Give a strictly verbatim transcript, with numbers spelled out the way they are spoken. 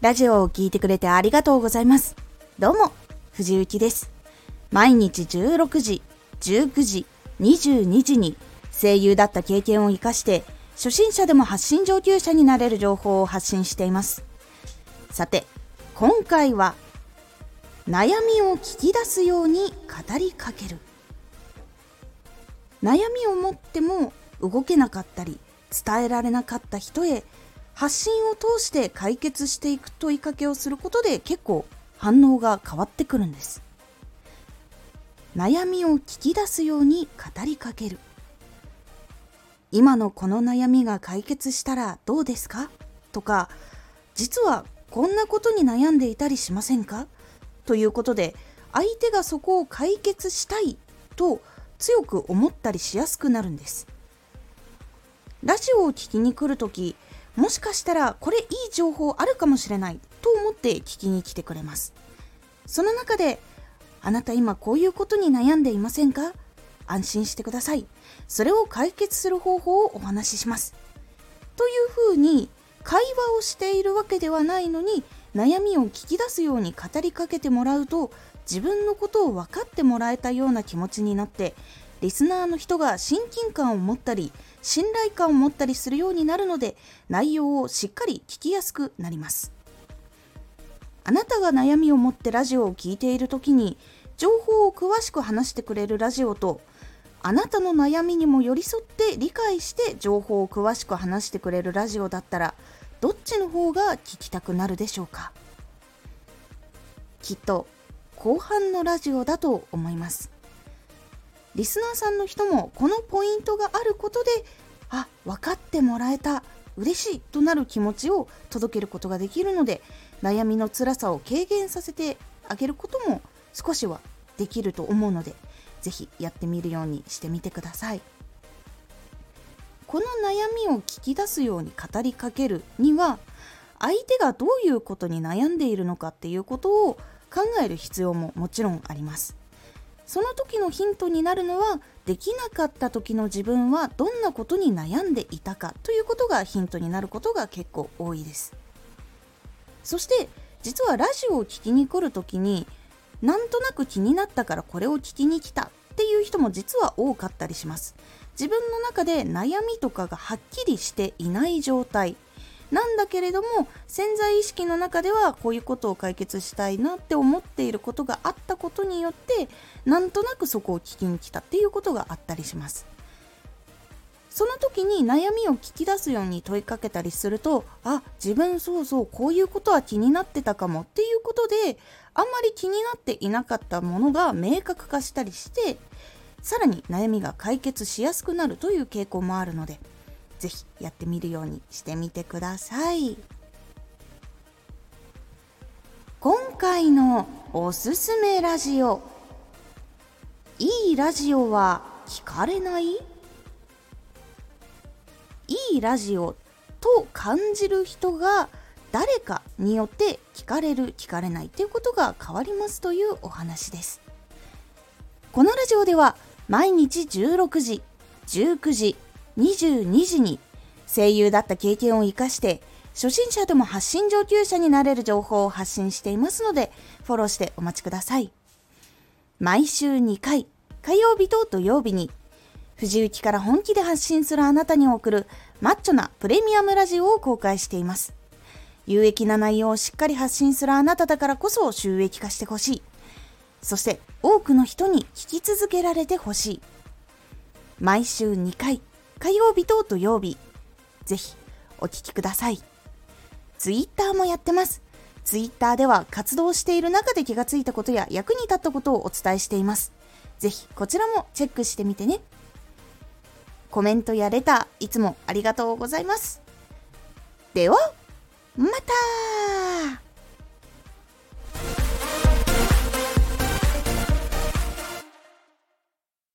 ラジオを聞いてくれてありがとうございます。どうも、藤幸です。毎日じゅうろくじ、じゅうくじ、にじゅうにじに声優だった経験を生かして初心者でも発信上級者になれる情報を発信しています。さて、今回は悩みを聞き出すように語りかける。悩みを持っても動けなかったり伝えられなかった人へ発信を通して解決していく問いかけをすることで結構反応が変わってくるんです。悩みを聞き出すように語りかける。今のこの悩みが解決したらどうですか？とか、実はこんなことに悩んでいたりしませんか？ということで、相手がそこを解決したいと強く思ったりしやすくなるんです。ラジオを聞きに来るとき、もしかしたらこれいい情報あるかもしれないと思って聞きに来てくれます。その中で、あなた今こういうことに悩んでいませんか？安心してください。それを解決する方法をお話しします。というふうに会話をしているわけではないのに、悩みを聞き出すように語りかけてもらうと、自分のことを分かってもらえたような気持ちになって、リスナーの人が親近感を持ったり信頼感を持ったりするようになるので、内容をしっかり聞きやすくなります。あなたが悩みを持ってラジオを聞いているときに、情報を詳しく話してくれるラジオと、あなたの悩みにも寄り添って理解して情報を詳しく話してくれるラジオだったら、どっちの方が聞きたくなるでしょうか？きっと後半のラジオだと思います。リスナーさんの人もこのポイントがあることで、あ、分かってもらえた、嬉しいとなる気持ちを届けることができるので、悩みの辛さを軽減させてあげることも少しはできると思うので、ぜひやってみるようにしてみてください。この悩みを聞き出すように語りかけるには、相手がどういうことに悩んでいるのかっていうことを考える必要ももちろんあります。その時のヒントになるのは、できなかった時の自分はどんなことに悩んでいたかということがヒントになることが結構多いです。そして実はラジオを聞きに来る時に、なんとなく気になったからこれを聞きに来たっていう人も実は多かったりします。自分の中で悩みとかがはっきりしていない状態なんだけれども、潜在意識の中ではこういうことを解決したいなって思っていることがあったことによって、なんとなくそこを聞きに来たっていうことがあったりします。その時に悩みを聞き出すように問いかけたりすると、あ、自分そうそうこういうことは気になってたかもっていうことで、あんまり気になっていなかったものが明確化したりして、さらに悩みが解決しやすくなるという傾向もあるので、ぜひやってみるようにしてみてください。今回のおすすめラジオ、いいラジオは聞かれない？いいラジオと感じる人が誰かによって聞かれる聞かれないということが変わりますというお話です。このラジオでは毎日じゅうろくじ、じゅうくじ、にじゅうにじに声優だった経験を生かして初心者でも発信上級者になれる情報を発信していますので、フォローしてお待ちください。毎週にかい、火曜日と土曜日に藤雪から本気で発信するあなたに送るマッチョなプレミアムラジオを公開しています。有益な内容をしっかり発信するあなただからこそ収益化してほしい。そして多くの人に聞き続けられてほしい。毎週にかい、火曜日と土曜日、ぜひお聞きください。ツイッターもやってます。ツイッターでは活動している中で気がついたことや役に立ったことをお伝えしています。ぜひこちらもチェックしてみてね。コメントやレターいつもありがとうございます。ではまた。